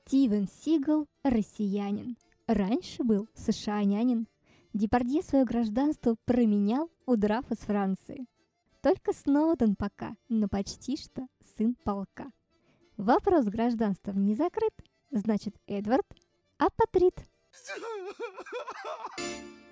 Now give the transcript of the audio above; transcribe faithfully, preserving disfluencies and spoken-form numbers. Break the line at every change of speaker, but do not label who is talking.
Стивен Сигал – россиянин. Раньше был сша-нянин. Депардье свое гражданство променял, удрав из Франции. Только Сноуден пока, но почти что сын полка. Вопрос с гражданством не закрыт, значит, Эдвард апатрид.